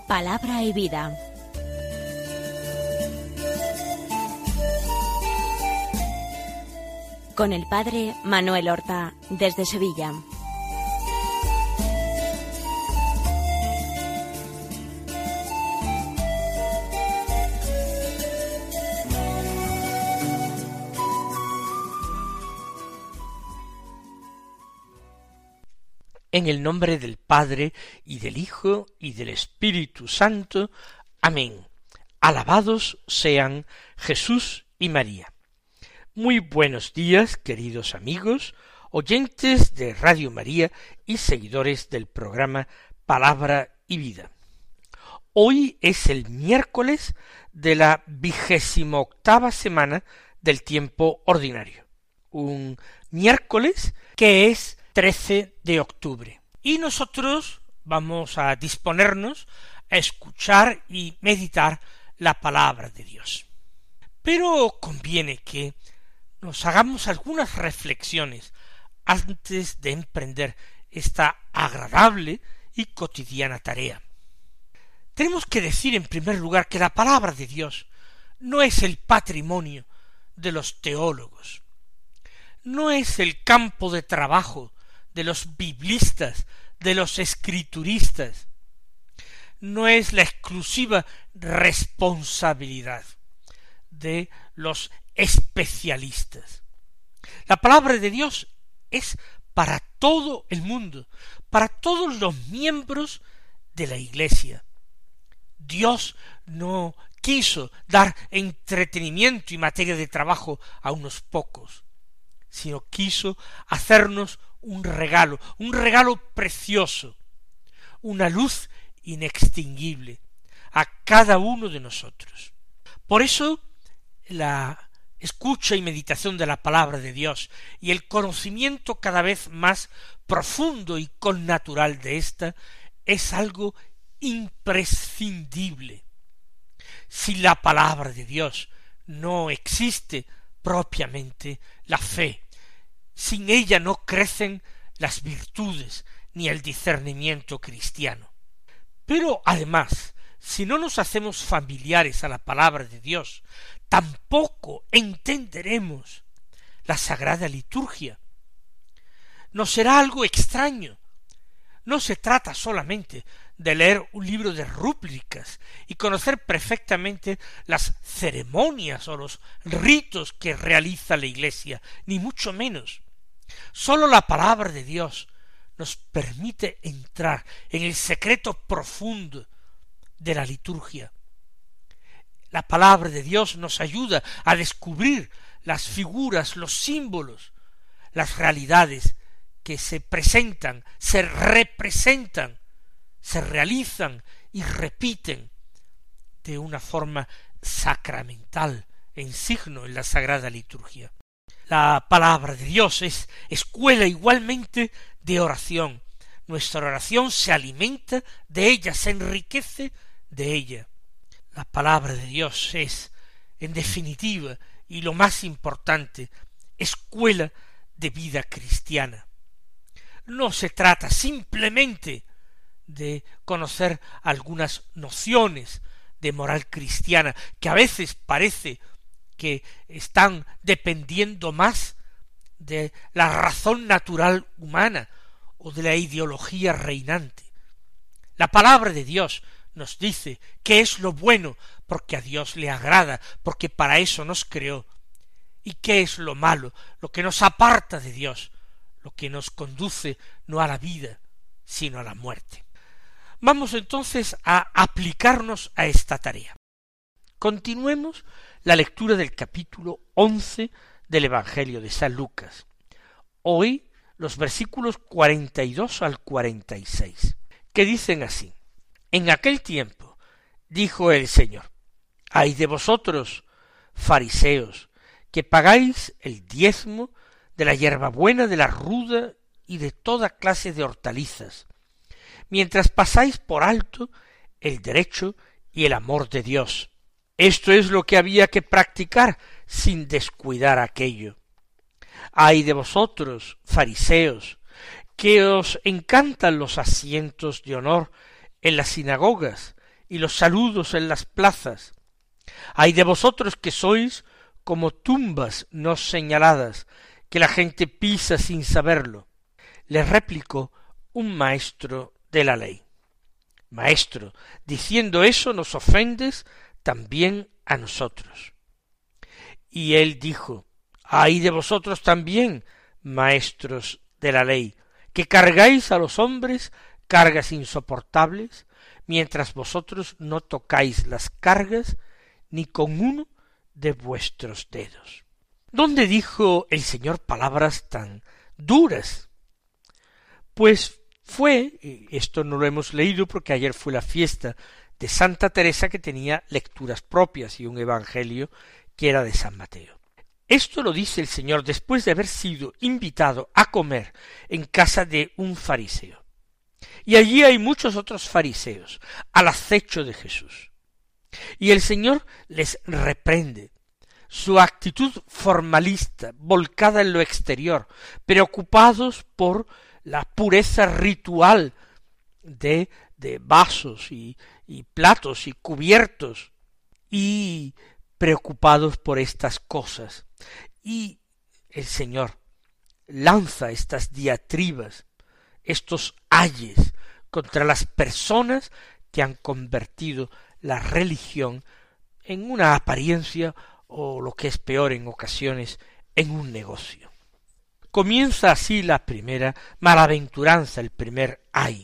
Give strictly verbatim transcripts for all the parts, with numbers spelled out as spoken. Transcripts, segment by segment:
Palabra y vida. Con el padre Manuel Horta, desde Sevilla. En el nombre del Padre, y del Hijo, y del Espíritu Santo. Amén. Alabados sean Jesús y María. Muy buenos días, queridos amigos, oyentes de Radio María y seguidores del programa Palabra y Vida. Hoy es el miércoles de la vigésimo octava semana del tiempo ordinario. Un miércoles que es trece de octubre. Y nosotros vamos a disponernos a escuchar y meditar la palabra de Dios. Pero conviene que nos hagamos algunas reflexiones antes de emprender esta agradable y cotidiana tarea. Tenemos que decir en primer lugar que la palabra de Dios no es el patrimonio de los teólogos, no es el campo de trabajo de los biblistas, de los escrituristas, no es la exclusiva responsabilidad de los especialistas. La palabra de Dios es para todo el mundo, para todos los miembros de la Iglesia. Dios no quiso dar entretenimiento y materia de trabajo a unos pocos, sino quiso hacernos un regalo, un regalo precioso, una luz inextinguible a cada uno de nosotros. Por eso la escucha y meditación de la palabra de Dios y el conocimiento cada vez más profundo y connatural de ésta es algo imprescindible. Sin la palabra de Dios no existe propiamente la fe. Sin ella no crecen las virtudes ni el discernimiento cristiano. Pero además, si no nos hacemos familiares a la palabra de Dios, tampoco entenderemos la sagrada liturgia. Nos será algo extraño. No se trata solamente de leer un libro de rúbricas y conocer perfectamente las ceremonias o los ritos que realiza la Iglesia, ni mucho menos. Sólo la palabra de Dios nos permite entrar en el secreto profundo de la liturgia. La palabra de Dios nos ayuda a descubrir las figuras, los símbolos, las realidades que se presentan, se representan, se realizan y repiten de una forma sacramental, en signo en la sagrada liturgia. La palabra de Dios es escuela igualmente de oración. Nuestra oración se alimenta de ella, se enriquece de ella. La palabra de Dios es, en definitiva, y lo más importante, escuela de vida cristiana. No se trata simplemente de conocer algunas nociones de moral cristiana que a veces parece que están dependiendo más de la razón natural humana o de la ideología reinante. La palabra de Dios nos dice qué es lo bueno porque a Dios le agrada, porque para eso nos creó, y qué es lo malo, lo que nos aparta de Dios, lo que nos conduce no a la vida, sino a la muerte. Vamos entonces a aplicarnos a esta tarea. Continuemos la lectura del capítulo once del Evangelio de San Lucas. Hoy los versículos cuarenta y dos al cuarenta y seis, que dicen así: En aquel tiempo dijo el Señor: Ay de vosotros, fariseos, que pagáis el diezmo de la hierbabuena, de la ruda y de toda clase de hortalizas, mientras pasáis por alto el derecho y el amor de Dios. Esto es lo que había que practicar sin descuidar aquello. Ay de vosotros, fariseos, que os encantan los asientos de honor en las sinagogas y los saludos en las plazas. Ay de vosotros que sois como tumbas no señaladas, que la gente pisa sin saberlo. Le replicó un maestro de la ley. Maestro, diciendo eso nos ofendes también a nosotros. Y él dijo, ay de vosotros también, maestros de la ley, que cargáis a los hombres cargas insoportables, mientras vosotros no tocáis las cargas ni con uno de vuestros dedos. ¿Dónde dijo el Señor palabras tan duras? Pues fue, y esto no lo hemos leído porque ayer fue la fiesta de Santa Teresa, que tenía lecturas propias y un evangelio que era de San Mateo. Esto lo dice el Señor después de haber sido invitado a comer en casa de un fariseo. Y allí hay muchos otros fariseos al acecho de Jesús. Y el Señor les reprende su actitud formalista, volcada en lo exterior, preocupados por la pureza ritual de, de vasos y, y platos y cubiertos, y preocupados por estas cosas. Y el Señor lanza estas diatribas, estos ayes contra las personas que han convertido la religión en una apariencia, o lo que es peor en ocasiones, en un negocio. Comienza así la primera malaventuranza, el primer ay.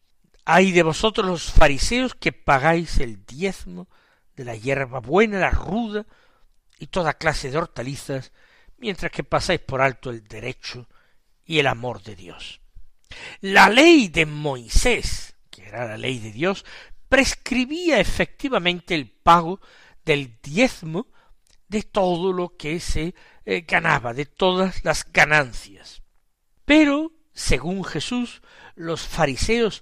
Ay de vosotros los fariseos que pagáis el diezmo de la hierba buena, la ruda y toda clase de hortalizas, mientras que pasáis por alto el derecho y el amor de Dios. La ley de Moisés, que era la ley de Dios, prescribía efectivamente el pago del diezmo de todo lo que se eh, ganaba, de todas las ganancias. Pero, según Jesús, los fariseos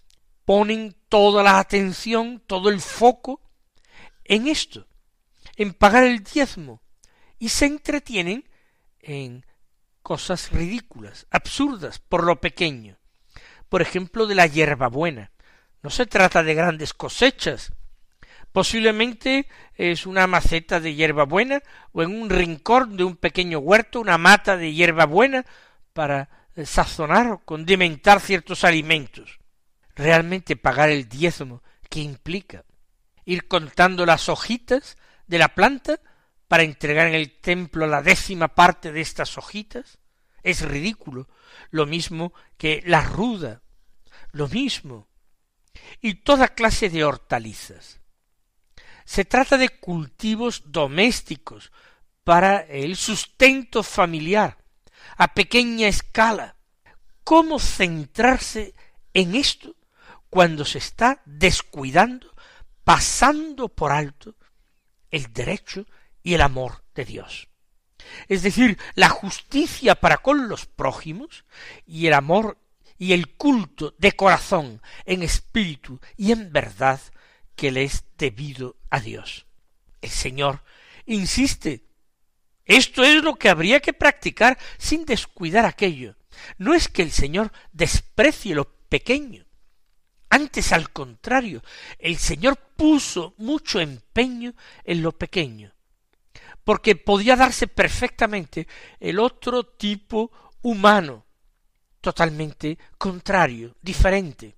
ponen toda la atención, todo el foco en esto, en pagar el diezmo, y se entretienen en cosas ridículas, absurdas, por lo pequeño. Por ejemplo, de la hierbabuena. No se trata de grandes cosechas. Posiblemente es una maceta de hierbabuena, o en un rincón de un pequeño huerto una mata de hierbabuena para sazonar o condimentar ciertos alimentos. Realmente pagar el diezmo, ¿qué implica? Ir contando las hojitas de la planta para entregar en el templo la décima parte de estas hojitas. Es ridículo. Lo mismo que la ruda, lo mismo. Y toda clase de hortalizas. Se trata de cultivos domésticos para el sustento familiar, a pequeña escala. ¿Cómo centrarse en esto cuando se está descuidando, pasando por alto el derecho y el amor de Dios? Es decir, la justicia para con los prójimos y el amor y el culto de corazón, en espíritu y en verdad, que le es debido a Dios. El Señor insiste, esto es lo que habría que practicar sin descuidar aquello. No es que el Señor desprecie lo pequeño, antes al contrario, el Señor puso mucho empeño en lo pequeño, porque podía darse perfectamente el otro tipo humano, totalmente contrario, diferente,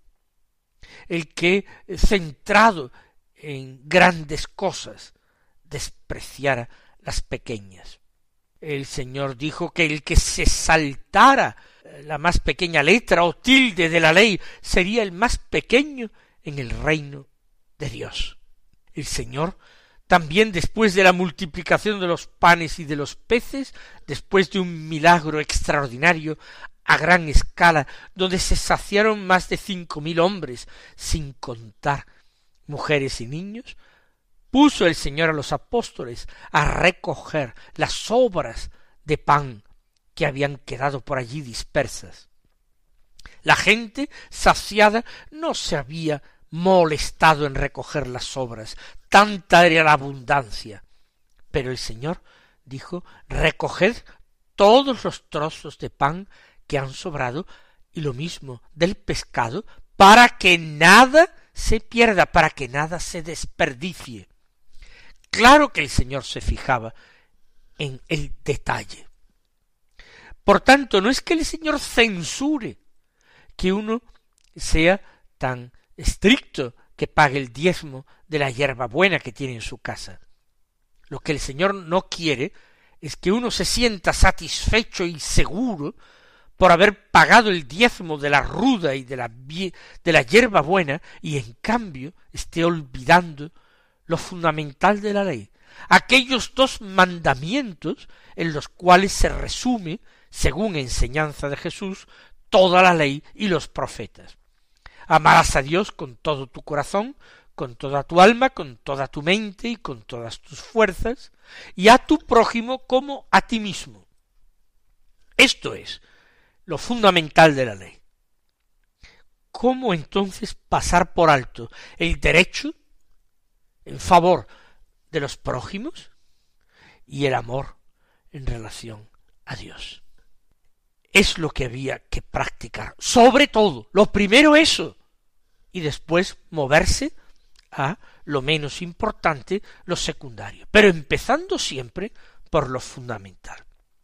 el que, centrado en grandes cosas, despreciara las pequeñas. El Señor dijo que el que se saltara la más pequeña letra o tilde de la ley sería el más pequeño en el reino de Dios. El Señor también, después de la multiplicación de los panes y de los peces, después de un milagro extraordinario a gran escala, donde se saciaron más de cinco mil hombres, sin contar mujeres y niños, puso el Señor a los apóstoles a recoger las sobras de pan que habían quedado por allí dispersas. La gente, saciada, no se había molestado en recoger las sobras, tanta era la abundancia. Pero el Señor dijo, recoged todos los trozos de pan que han sobrado, y lo mismo del pescado, para que nada se pierda, para que nada se desperdicie. Claro que el Señor se fijaba en el detalle. Por tanto, no es que el Señor censure que uno sea tan estricto que pague el diezmo de la hierba buena que tiene en su casa. Lo que el Señor no quiere es que uno se sienta satisfecho y seguro por haber pagado el diezmo de la ruda y de la, de la hierba buena, y en cambio esté olvidando lo fundamental de la ley, aquellos dos mandamientos en los cuales se resume, según enseñanza de Jesús, toda la ley y los profetas. Amarás a Dios con todo tu corazón, con toda tu alma, con toda tu mente y con todas tus fuerzas, y a tu prójimo como a ti mismo. Esto es lo fundamental de la ley. ¿Cómo entonces pasar por alto el derecho en favor de los prójimos y el amor en relación a Dios? Es lo que había que practicar, sobre todo, lo primero eso, y después moverse a lo menos importante, lo secundario, pero empezando siempre por lo fundamental.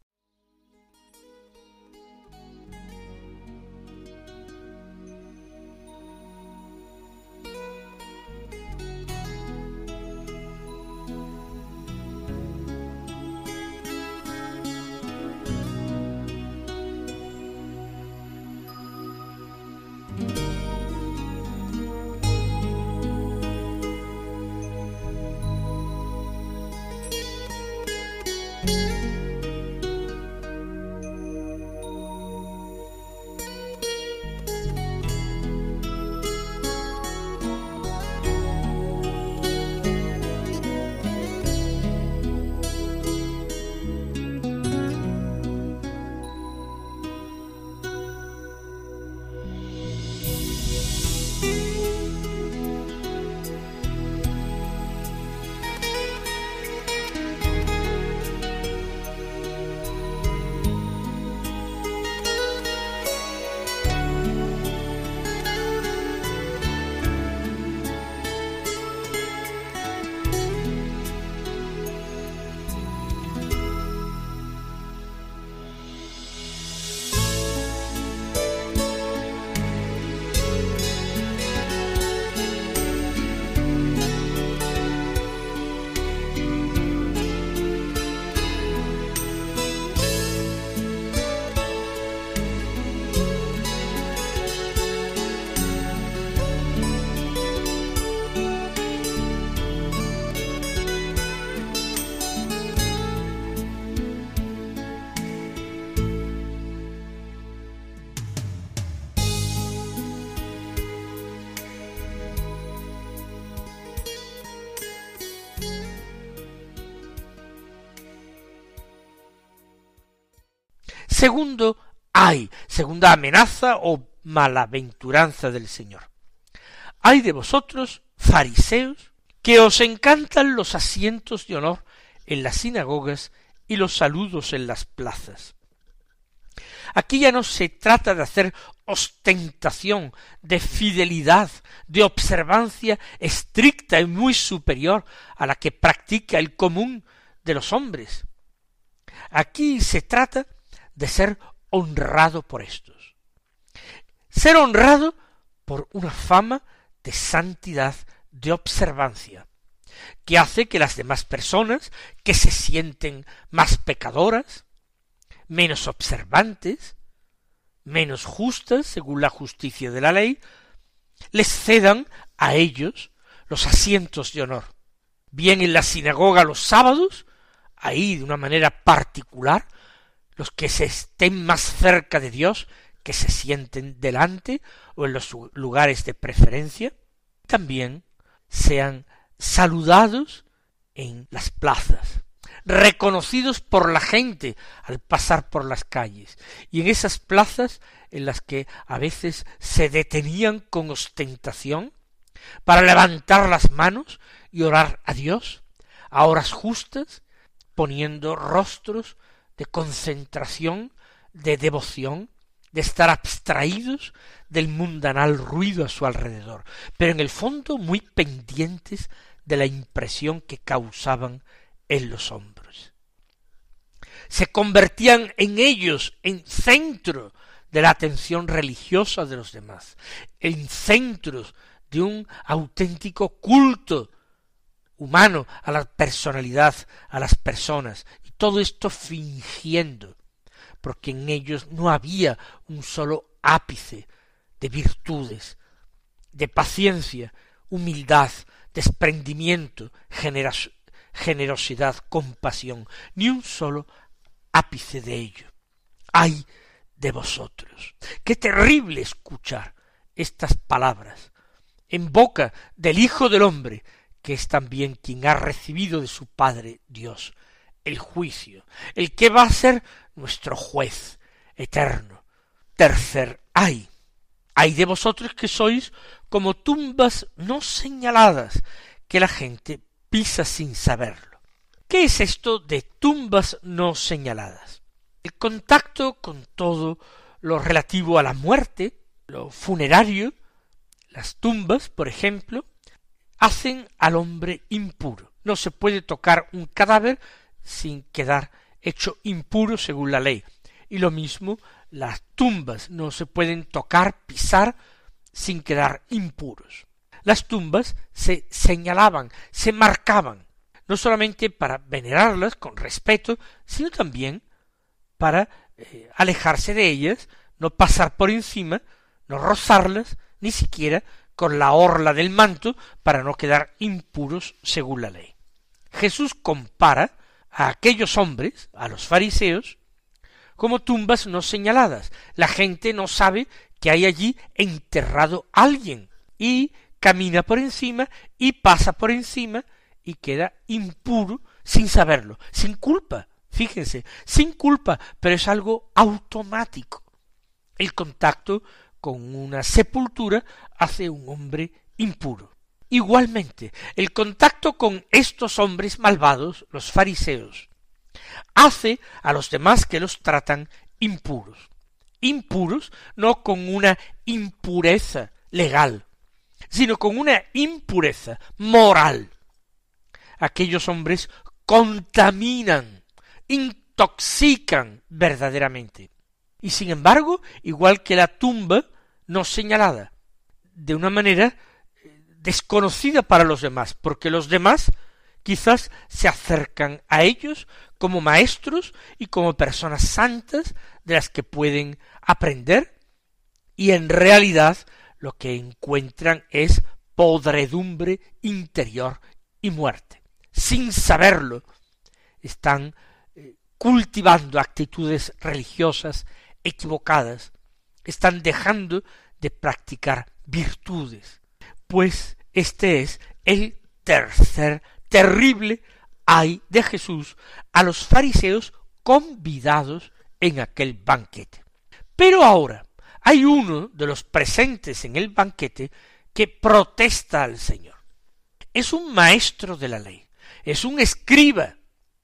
Segundo, ay, segunda amenaza o malaventuranza del Señor. Ay de vosotros, fariseos, que os encantan los asientos de honor en las sinagogas y los saludos en las plazas. Aquí ya no se trata de hacer ostentación de fidelidad, de observancia estricta y muy superior a la que practica el común de los hombres. Aquí se trata de ser honrado por estos. Ser honrado por una fama de santidad, de observancia, que hace que las demás personas que se sienten más pecadoras, menos observantes, menos justas según la justicia de la ley, les cedan a ellos los asientos de honor. Bien en la sinagoga los sábados, ahí de una manera particular, los que se estén más cerca de Dios, que se sienten delante o en los lugares de preferencia, también sean saludados en las plazas, reconocidos por la gente al pasar por las calles, y en esas plazas en las que a veces se detenían con ostentación para levantar las manos y orar a Dios a horas justas, poniendo rostros de concentración, de devoción, de estar abstraídos del mundanal ruido a su alrededor, pero en el fondo muy pendientes de la impresión que causaban en los hombres. Se convertían en ellos en centro de la atención religiosa de los demás, en centros de un auténtico culto humano a la personalidad, a las personas, y todo esto fingiendo, porque en ellos no había un solo ápice de virtudes, de paciencia, humildad, desprendimiento, generos- generosidad, compasión, ni un solo ápice de ello. ¡Ay de vosotros! ¡Qué terrible escuchar estas palabras en boca del Hijo del Hombre, que es también quien ha recibido de su Padre Dios el juicio, el que va a ser nuestro juez eterno! Tercer ay. Ay de vosotros que sois como tumbas no señaladas, que la gente pisa sin saberlo. ¿Qué es esto de tumbas no señaladas? El contacto con todo lo relativo a la muerte, lo funerario, las tumbas, por ejemplo, hacen al hombre impuro. No se puede tocar un cadáver sin quedar hecho impuro según la ley. Y lo mismo, las tumbas no se pueden tocar, pisar, sin quedar impuros. Las tumbas se señalaban, se marcaban, no solamente para venerarlas con respeto, sino también para eh, alejarse de ellas, no pasar por encima, no rozarlas, ni siquiera con la orla del manto, para no quedar impuros según la ley. Jesús compara a aquellos hombres, a los fariseos, como tumbas no señaladas. La gente no sabe que hay allí enterrado alguien, y camina por encima, y pasa por encima, y queda impuro sin saberlo, sin culpa. Fíjense, sin culpa, pero es algo automático. El contacto con una sepultura hace un hombre impuro. Igualmente, el contacto con estos hombres malvados, los fariseos, hace a los demás que los tratan impuros. Impuros no con una impureza legal, sino con una impureza moral. Aquellos hombres contaminan, intoxican verdaderamente. Y sin embargo, igual que la tumba no señalada, de una manera desconocida para los demás, porque los demás quizás se acercan a ellos como maestros y como personas santas de las que pueden aprender, y en realidad lo que encuentran es podredumbre interior y muerte. Sin saberlo, están cultivando actitudes religiosas equivocadas, están dejando de practicar virtudes. Pues este es el tercer terrible ay de Jesús a los fariseos convidados en aquel banquete. Pero ahora hay uno de los presentes en el banquete que protesta al Señor. Es un maestro de la ley, es un escriba,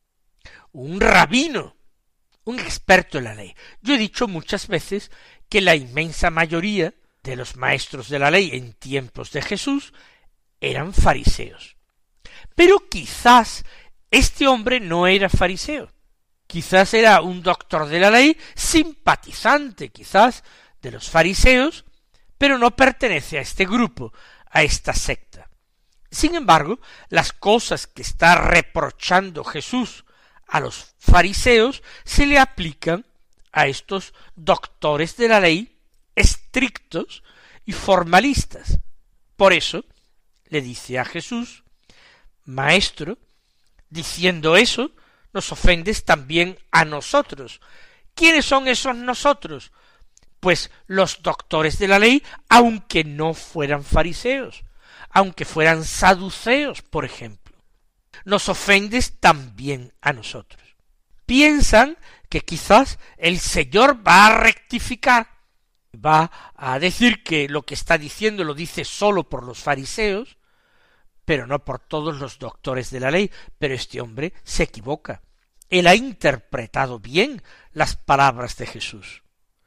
un rabino, un experto en la ley. Yo he dicho muchas veces que la inmensa mayoría de los maestros de la ley en tiempos de Jesús eran fariseos. Pero quizás este hombre no era fariseo. Quizás era un doctor de la ley, simpatizante quizás de los fariseos, pero no pertenece a este grupo, a esta secta. Sin embargo, las cosas que está reprochando Jesús a los fariseos se le aplican a estos doctores de la ley estrictos y formalistas. Por eso le dice a Jesús: Maestro, diciendo eso, nos ofendes también a nosotros. ¿Quiénes son esos nosotros? Pues los doctores de la ley, aunque no fueran fariseos, aunque fueran saduceos, por ejemplo. Nos ofendes también a nosotros. Piensan que quizás el Señor va a rectificar, va a decir que lo que está diciendo lo dice solo por los fariseos, pero no por todos los doctores de la ley. Pero este hombre se equivoca. Él ha interpretado bien las palabras de Jesús.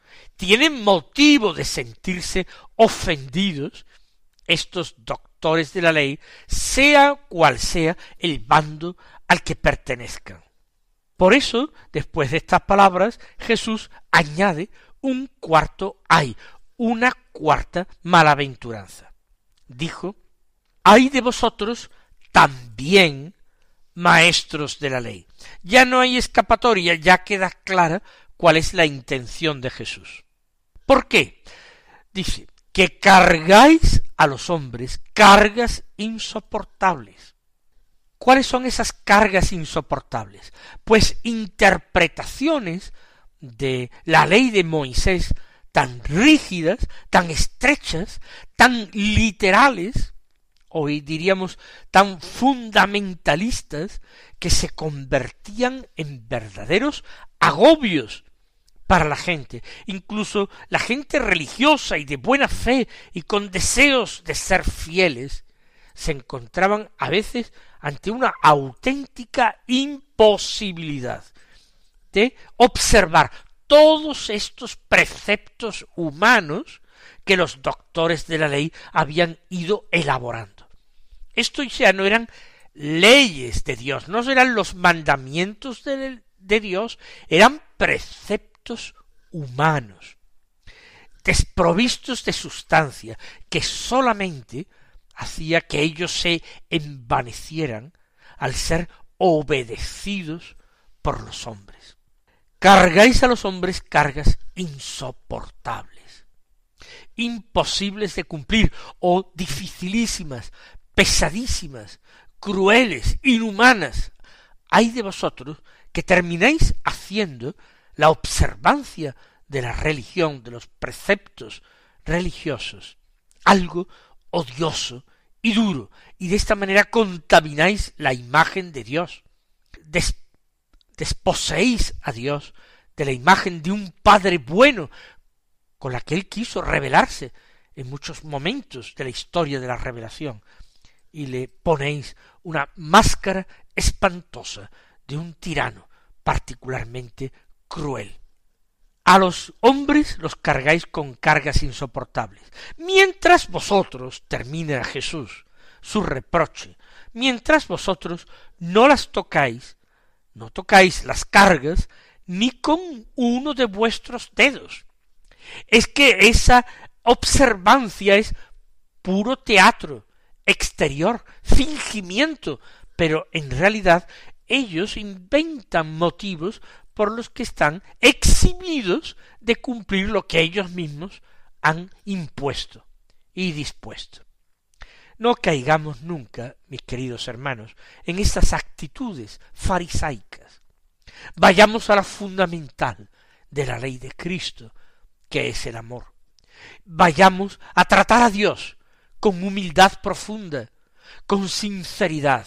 tienen motivo de sentirse ofendidos estos doctores de la ley, sea cual sea el bando al que pertenezcan. Por eso, después de estas palabras, Jesús añade un cuarto ay, una cuarta malaventuranza. Dijo: ay de vosotros también, maestros de la ley. Ya no hay escapatoria, ya queda clara cuál es la intención de Jesús. ¿Por qué? Dice que cargáis a los hombres cargas insoportables. ¿Cuáles son esas cargas insoportables? Pues interpretaciones de la ley de Moisés tan rígidas, tan estrechas, tan literales, hoy diríamos tan fundamentalistas, que se convertían en verdaderos agobios para la gente. Incluso la gente religiosa y de buena fe y con deseos de ser fieles se encontraban a veces ante una auténtica imposibilidad de observar todos estos preceptos humanos que los doctores de la ley habían ido elaborando. Estos ya no eran leyes de Dios, no eran los mandamientos de, de Dios, eran preceptos humanos, desprovistos de sustancia, que solamente hacía que ellos se envanecieran al ser obedecidos por los hombres. Cargáis a los hombres cargas insoportables, imposibles de cumplir, o dificilísimas, pesadísimas, crueles, inhumanas. Ay de vosotros que termináis haciendo la observancia de la religión, de los preceptos religiosos, algo odioso y duro, y de esta manera contamináis la imagen de Dios, des, desposeéis a Dios de la imagen de un Padre bueno, con la que Él quiso revelarse en muchos momentos de la historia de la revelación, y le ponéis una máscara espantosa de un tirano particularmente cruel. A los hombres los cargáis con cargas insoportables, mientras vosotros, termina Jesús su reproche, mientras vosotros no las tocáis, no tocáis las cargas ni con uno de vuestros dedos. Es que esa observancia es puro teatro exterior, fingimiento, pero en realidad ellos inventan motivos por los que están eximidos de cumplir lo que ellos mismos han impuesto y dispuesto. No caigamos nunca, mis queridos hermanos, en estas actitudes farisaicas. Vayamos a la fundamental de la ley de Cristo, que es el amor. Vayamos a tratar a Dios con humildad profunda, con sinceridad,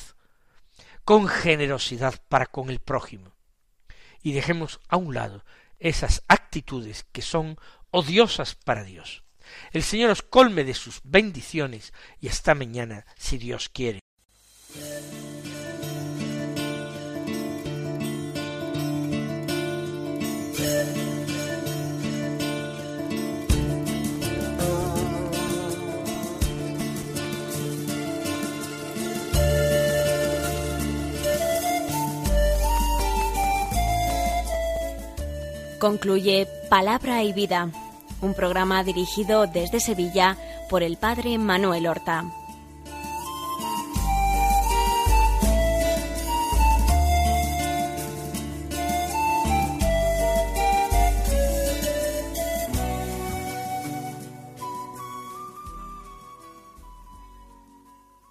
con generosidad para con el prójimo. Y dejemos a un lado esas actitudes que son odiosas para Dios. El Señor os colme de sus bendiciones y hasta mañana, si Dios quiere. Concluye Palabra y Vida, un programa dirigido desde Sevilla por el padre Manuel Horta.